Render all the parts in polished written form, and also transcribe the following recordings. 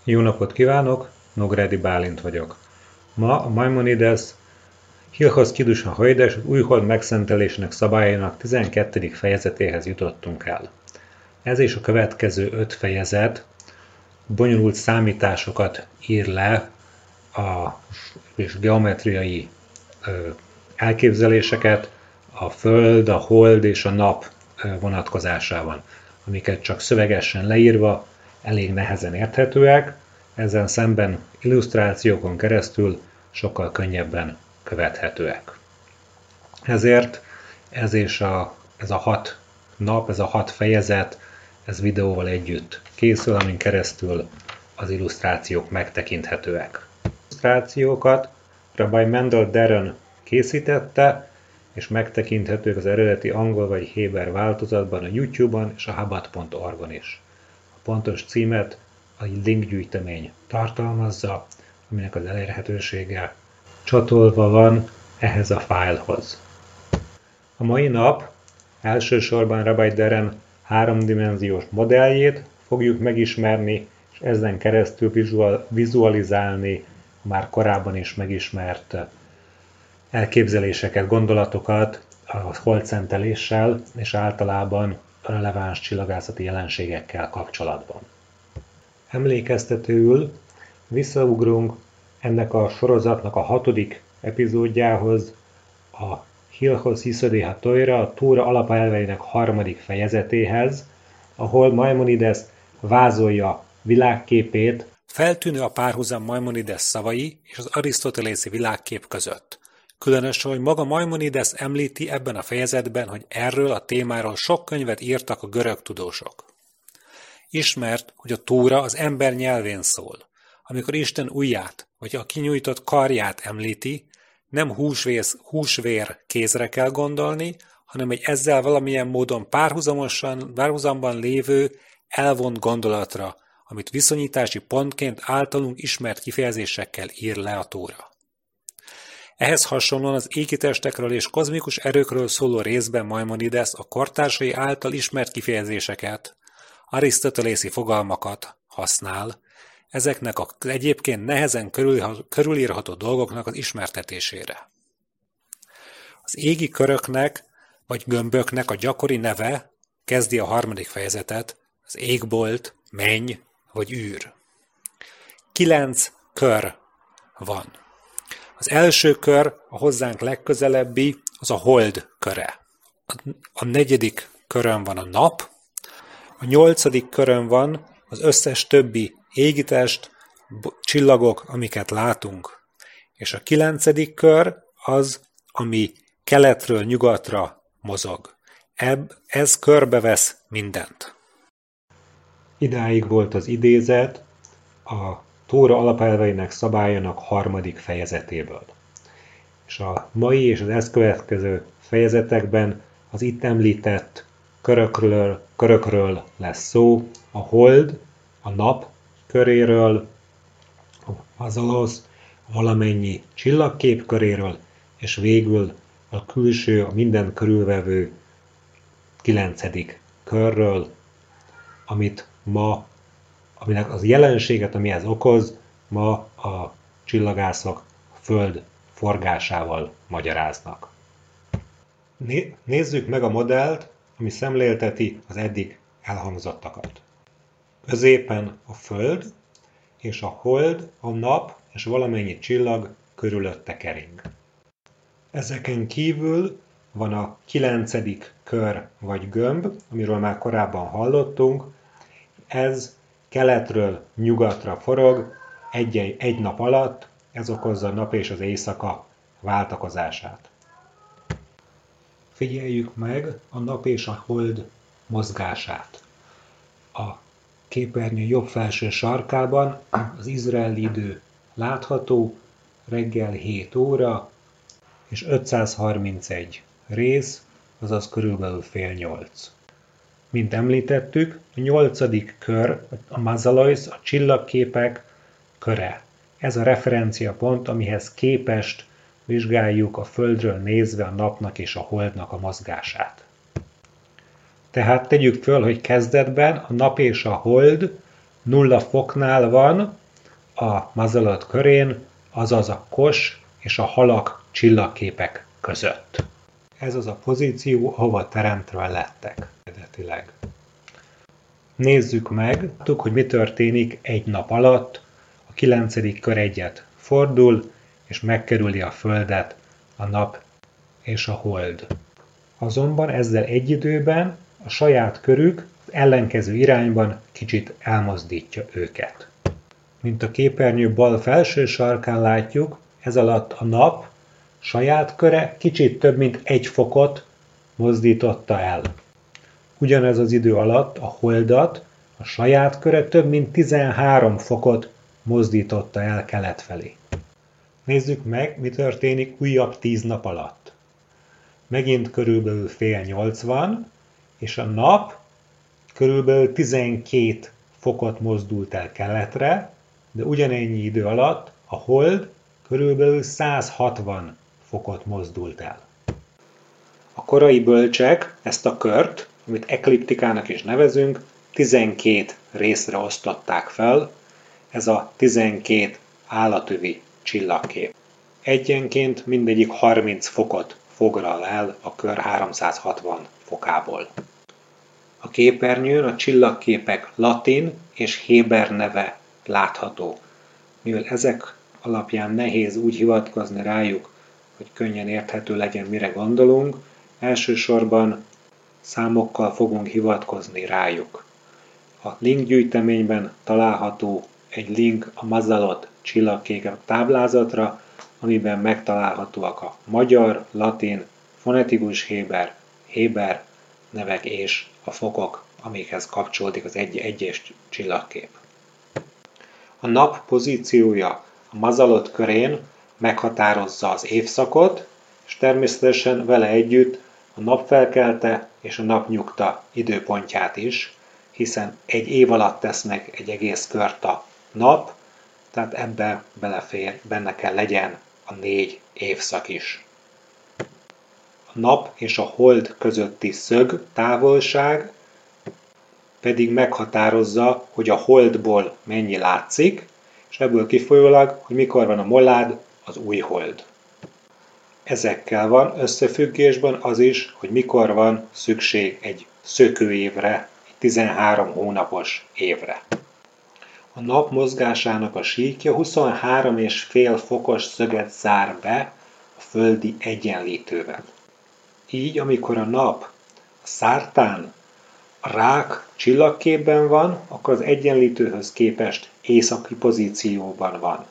Jó napot kívánok, Nógrádi Bálint vagyok. Ma a Maimonides Hilchos Kiddush HaHodesh az új hold megszentelésének szabályainak 12. fejezetéhez jutottunk el. Ez és a következő 5 fejezet bonyolult számításokat ír le és geometriai elképzeléseket a Föld, a Hold és a Nap vonatkozásában, amiket csak szövegesen leírva elég nehezen érthetőek, ezzel szemben illusztrációkon keresztül sokkal könnyebben követhetőek. Ezért ez a 6 nap, ez a 6 fejezet, ez videóval együtt készül, amin keresztül az illusztrációk megtekinthetőek. Az illusztrációkat Rabbi Mendel Deren készítette, és megtekinthetők az eredeti angol vagy héber változatban a YouTube-on és a Chabad.org-on is. A pontos címet a linkgyűjtemény tartalmazza, aminek az elérhetősége csatolva van ehhez a fájlhoz. A mai nap elsősorban Rabbi Deren 3-dimenziós modelljét fogjuk megismerni, és ezen keresztül vizualizálni a már korábban is megismert elképzeléseket, gondolatokat a holdszenteléssel és általában a releváns csillagászati jelenségekkel kapcsolatban. Emlékeztetőül visszaugrunk ennek a sorozatnak a 6. epizódjához, a Hilchos Yesodei HaTorah, a Tóra alapelveinek 3. fejezetéhez, ahol Maimonides vázolja világképét. Feltűnő a párhuzam Maimonides szavai és az arisztotelészi világkép között. Különösen, hogy maga Maimonides említi ebben a fejezetben, hogy erről a témáról sok könyvet írtak a görög tudósok. Ismert, hogy a Tóra az ember nyelvén szól. Amikor Isten ujját vagy a kinyújtott karját említi, nem húsvér kézre kell gondolni, hanem egy ezzel valamilyen módon párhuzamban lévő, elvont gondolatra, amit viszonyítási pontként általunk ismert kifejezésekkel ír le a Tóra. Ehhez hasonlóan az égitestekről és kozmikus erőkről szóló részben Maimonides a kortársai által ismert kifejezéseket, arisztotelészi fogalmakat használ, ezeknek az egyébként nehezen körülírható dolgoknak az ismertetésére. Az égi köröknek vagy gömböknek a gyakori neve kezdi a 3. fejezetet, az égbolt, menny vagy űr. 9 kör van. Az első kör, a hozzánk legközelebbi, az a hold köre. A 4. körön van a nap, a 8. körön van az összes többi égitest, csillagok, amiket látunk. És a 9. kör az, ami keletről nyugatra mozog. Ez körbevesz mindent. Idáig volt az idézet a Tóra alapelveinek szabályának 3. fejezetéből. És a mai és az ezt következő fejezetekben az itt említett körökről lesz szó, a hold, a nap köréről, az alasz, valamennyi csillagkép köréről, és végül a külső, a minden körülvevő 9. körről, aminek az jelenséget, amihez okoz, ma a csillagászok a Föld forgásával magyaráznak. Nézzük meg a modellt, ami szemlélteti az eddig elhangzottakat. Középen a Föld, és a hold, a nap és valamennyi csillag körülötte kering. Ezeken kívül van a 9. kör vagy gömb, amiről már korábban hallottunk. Ez keletről nyugatra forog egy nap alatt, ez okozza a nap és az éjszaka váltakozását. Figyeljük meg a nap és a hold mozgását. A képernyő jobb felső sarkában az izraeli idő látható, reggel 7 óra és 531 rész, azaz körülbelül fél 8. Mint említettük, a 8. kör, a Mazalois, a csillagképek köre. Ez a referenciapont, amihez képest vizsgáljuk a Földről nézve a napnak és a holdnak a mozgását. Tehát tegyük föl, hogy kezdetben a nap és a hold 0 foknál van a Mazzalat körén, azaz a Kos és a Halak csillagképek között. Ez az a pozíció, ahova teremtve lettek eredetileg. Nézzük meg, hogy mi történik egy nap alatt. A 9. kör egyet fordul, és megkerüli a Földet a nap és a hold. Azonban ezzel egy időben a saját körük az ellenkező irányban kicsit elmozdítja őket. Mint a képernyő bal felső sarkán látjuk, ez alatt a nap saját köre kicsit több mint 1 fokot mozdította el. Ugyanez az idő alatt a holdat a saját köre több mint 13 fokot mozdította el kelet felé. Nézzük meg, mi történik újabb 10 nap alatt. Megint körülbelül fél 8 van, és a nap körülbelül 12 fokot mozdult el keletre, de ugyanennyi idő alatt a hold körülbelül 160 fokot mozdult el. A korai bölcsek ezt a kört, amit ekliptikának is nevezünk, 12 részre osztották fel, ez a 12 állatövi csillagkép. Egyenként mindegyik 30 fokot foglal el a kör 360 fokából. A képernyőn a csillagképek latin és héber neve látható. Mivel ezek alapján nehéz úgy hivatkozni rájuk, hogy könnyen érthető legyen, mire gondolunk, elsősorban számokkal fogunk hivatkozni rájuk. A link gyűjteményben található egy link a Mazzalot csillagképek táblázatra, amiben megtalálhatóak a magyar, latin, fonetikus héber nevek és a fokok, amikhez kapcsolódik az egyes csillagkép. A nap pozíciója a Mazzalot körén meghatározza az évszakot, és természetesen vele együtt a napfelkelte és a napnyugta időpontját is, hiszen egy év alatt tesz meg egy egész kört a nap, tehát ebbe belefér, benne kell legyen a 4 évszak is. A nap és a hold közötti szög távolság pedig meghatározza, hogy a holdból mennyi látszik, és ebből kifolyólag, hogy mikor van a molád, az új hold. Ezekkel van összefüggésben az is, hogy mikor van szükség egy szökőévre, egy 13 hónapos évre. A nap mozgásának a síkja 23,5 fokos szöget zár be a földi egyenlítővel. Így, amikor a nap a szártán, a rák csillagképben van, akkor az egyenlítőhöz képest északi pozícióban van.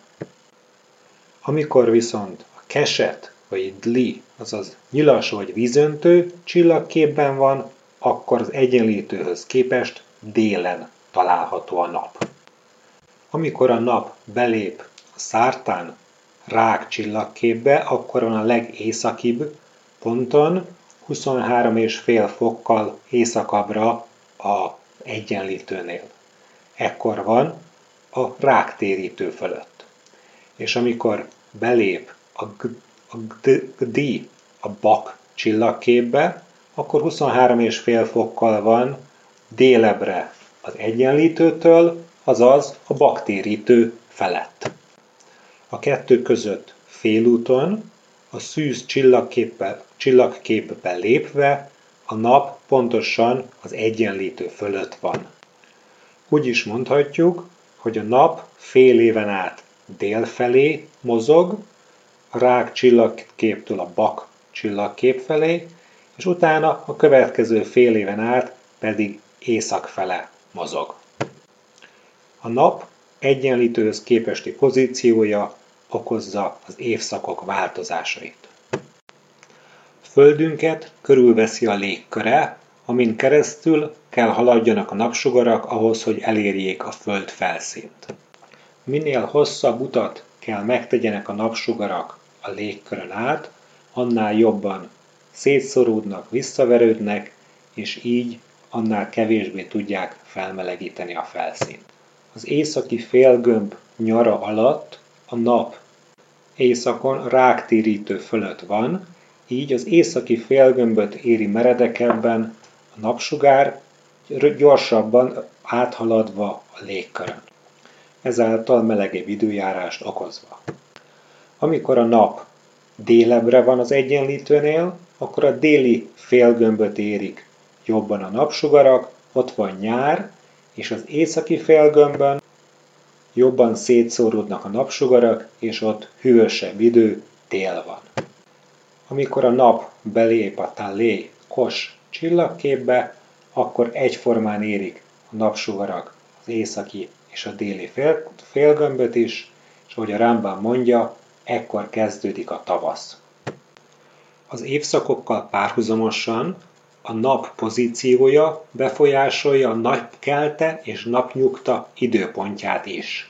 Amikor viszont a keset vagy dli, azaz nyilas vagy vízöntő csillagképben van, akkor az egyenlítőhöz képest délen található a nap. Amikor a nap belép a szártán rák csillagképbe, akkor van a legészakibb ponton, 23,5 fokkal északabbra az egyenlítőnél. Ekkor van a ráktérítő fölött. És amikor belép a Gdi a Bak csillagképbe, akkor 23,5 fokkal van délebbre az egyenlítőtől, azaz a baktérítő felett. A kettő között félúton, a szűz csillagképbe lépve a nap pontosan az egyenlítő fölött van. Úgy is mondhatjuk, hogy a nap fél éven át dél felé mozog, a rák csillagképtől a Bak csillagkép felé, és utána a következő fél éven át pedig észak fele mozog. A nap egyenlítőhöz képesti pozíciója okozza az évszakok változásait. Földünket körülveszi a légköre, amin keresztül kell haladjanak a napsugarak ahhoz, hogy elérjék a Föld felszínt. Minél hosszabb utat kell megtegyenek a napsugarak a légkörön át, annál jobban szétszorúdnak, visszaverődnek, és így annál kevésbé tudják felmelegíteni a felszínt. Az északi félgömb nyara alatt a nap északon ráktérítő fölött van, így az északi félgömböt éri meredekebben a napsugár, gyorsabban áthaladva a légkörön, ezáltal melegebb időjárást okozva. Amikor a nap délebbre van az egyenlítőnél, akkor a déli félgömböt érik jobban a napsugarak, ott van nyár, és az északi félgömbön jobban szétszóródnak a napsugarak, és ott hűvösebb idő, tél van. Amikor a nap belép a Tallé Kos csillagképbe, akkor egyformán érik a napsugarak az északi és a déli félgömböt is, és ahogy a Rambam mondja, ekkor kezdődik a tavasz. Az évszakokkal párhuzamosan a nap pozíciója befolyásolja a napkelte és napnyugta időpontját is.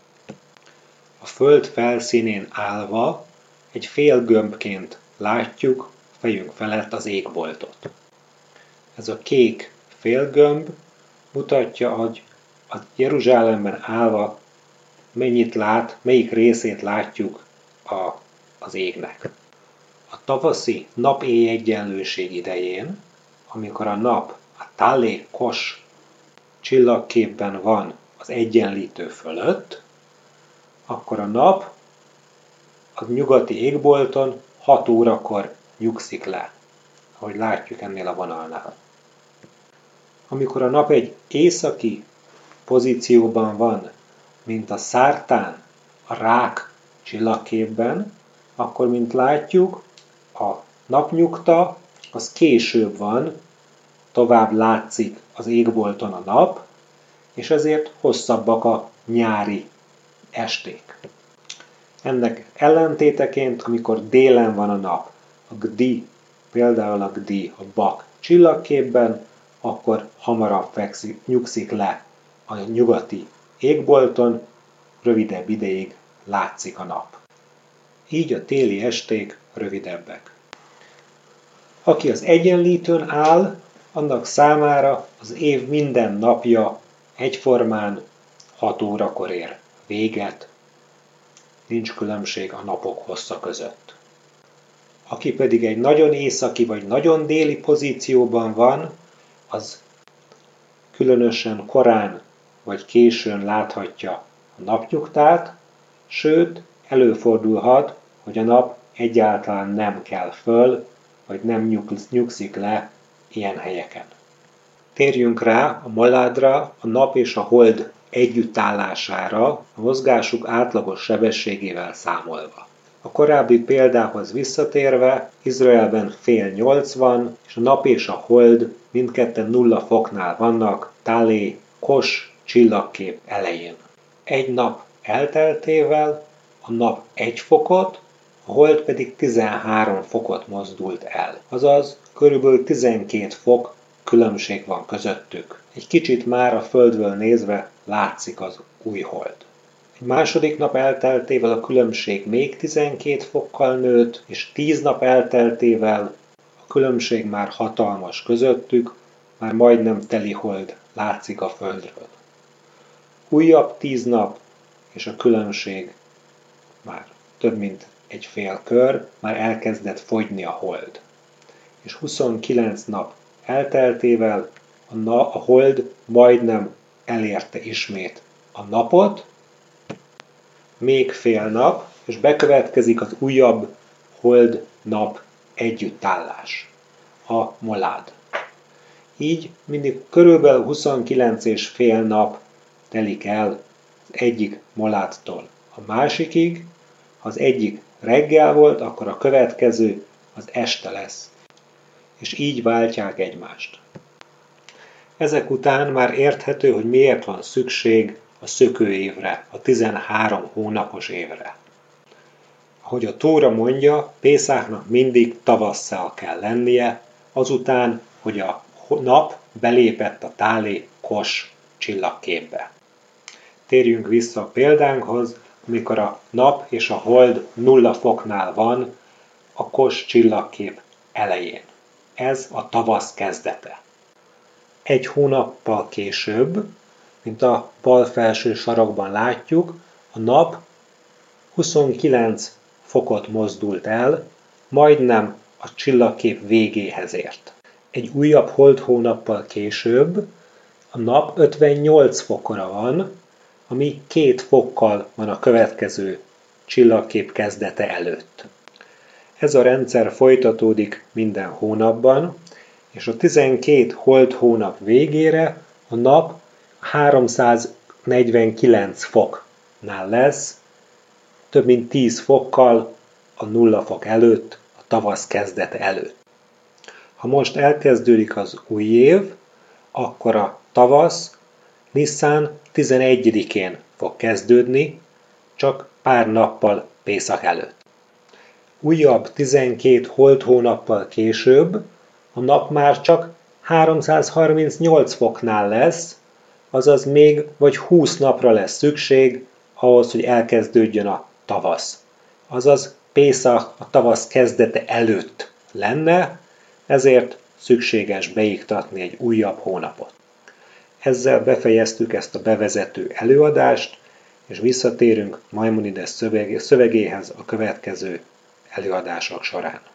A föld felszínén állva egy félgömbként látjuk fejünk felett az égboltot. Ez a kék félgömb mutatja, hogy a Jeruzsálemben állva mennyit lát, melyik részét látjuk az égnek. A tavaszi nap-éj-egyenlőség idején, amikor a nap a Tallé Kos csillagképben van az egyenlítő fölött, akkor a nap a nyugati égbolton 6 órakor nyugszik le, ahogy látjuk ennél a vonalnál. Amikor a nap egy északi pozícióban van, mint a Szártán, a Rák csillagképben, akkor, mint látjuk, a napnyugta az később van, tovább látszik az égbolton a nap, és ezért hosszabbak a nyári esték. Ennek ellentéteként, amikor délen van a nap, a Gdi, például a Gdi, a Bak csillagképben, akkor hamarabb nyugszik le a nyugati égbolton, rövidebb ideig látszik a nap. Így a téli esték rövidebbek. Aki az egyenlítőn áll, annak számára az év minden napja egyformán 6 órakor ér véget, nincs különbség a napok hossza között. Aki pedig egy nagyon északi vagy nagyon déli pozícióban van, az különösen korán vagy későn láthatja a napnyugtát, sőt, előfordulhat, hogy a nap egyáltalán nem kell föl, vagy nem nyugszik le ilyen helyeken. Térjünk rá a moládra, a nap és a hold együttállására, a mozgásuk átlagos sebességével számolva. A korábbi példához visszatérve, Izraelben fél 8 van, és a nap és a hold mindketten 0 foknál vannak, Tallé Kos csillagkép elején. Egy nap elteltével a nap 1 fokot, a hold pedig 13 fokot mozdult el. Azaz, körülbelül 12 fok különbség van közöttük. Egy kicsit már a földről nézve látszik az új hold. Egy második nap elteltével a különbség még 12 fokkal nőtt, és 10 nap elteltével a különbség már hatalmas közöttük, már majdnem teli hold látszik a földről. Újabb 10 nap, és a különbség már több mint egy fél kör, már elkezdett fogyni a hold. És 29 nap elteltével a hold majdnem elérte ismét a napot, még fél nap, és bekövetkezik az újabb hold-nap együttállás, a molád. Így mindig körülbelül 29 és fél nap telik el az egyik moládtól a másikig. Ha az egyik reggel volt, akkor a következő az este lesz. És így váltják egymást. Ezek után már érthető, hogy miért van szükség a szökőévre, a 13 hónapos évre. Ahogy a Tóra mondja, Pészáknak mindig tavasszal kell lennie, azután, hogy a nap belépett a Tallé Kos csillagképbe. Térjünk vissza a példánkhoz, amikor a nap és a hold 0 foknál van a Kos csillagkép elején. Ez a tavasz kezdete. Egy hónappal később, mint a bal felső sarokban látjuk, a nap 29 fokot mozdult el, majdnem a csillagkép végéhez ért. Egy újabb hold hónappal később A nap 58 fokra van, ami 2 fokkal van a következő csillagkép kezdete előtt. Ez a rendszer folytatódik minden hónapban, és a 12 holt hónap végére a nap 349 foknál lesz, több mint 10 fokkal a 0 fok előtt, a tavasz kezdete előtt. Ha most elkezdődik az új év, akkor a tavasz Nisztán 11-én fog kezdődni, csak pár nappal Pészak előtt. Újabb 12 holt hónappal később a nap már csak 338 foknál lesz, azaz még vagy 20 napra lesz szükség ahhoz, hogy elkezdődjön a tavasz. Azaz Pészak a tavasz kezdete előtt lenne, ezért szükséges beiktatni egy újabb hónapot. Ezzel befejeztük ezt a bevezető előadást, és visszatérünk Maimonides szövegéhez a következő előadások során.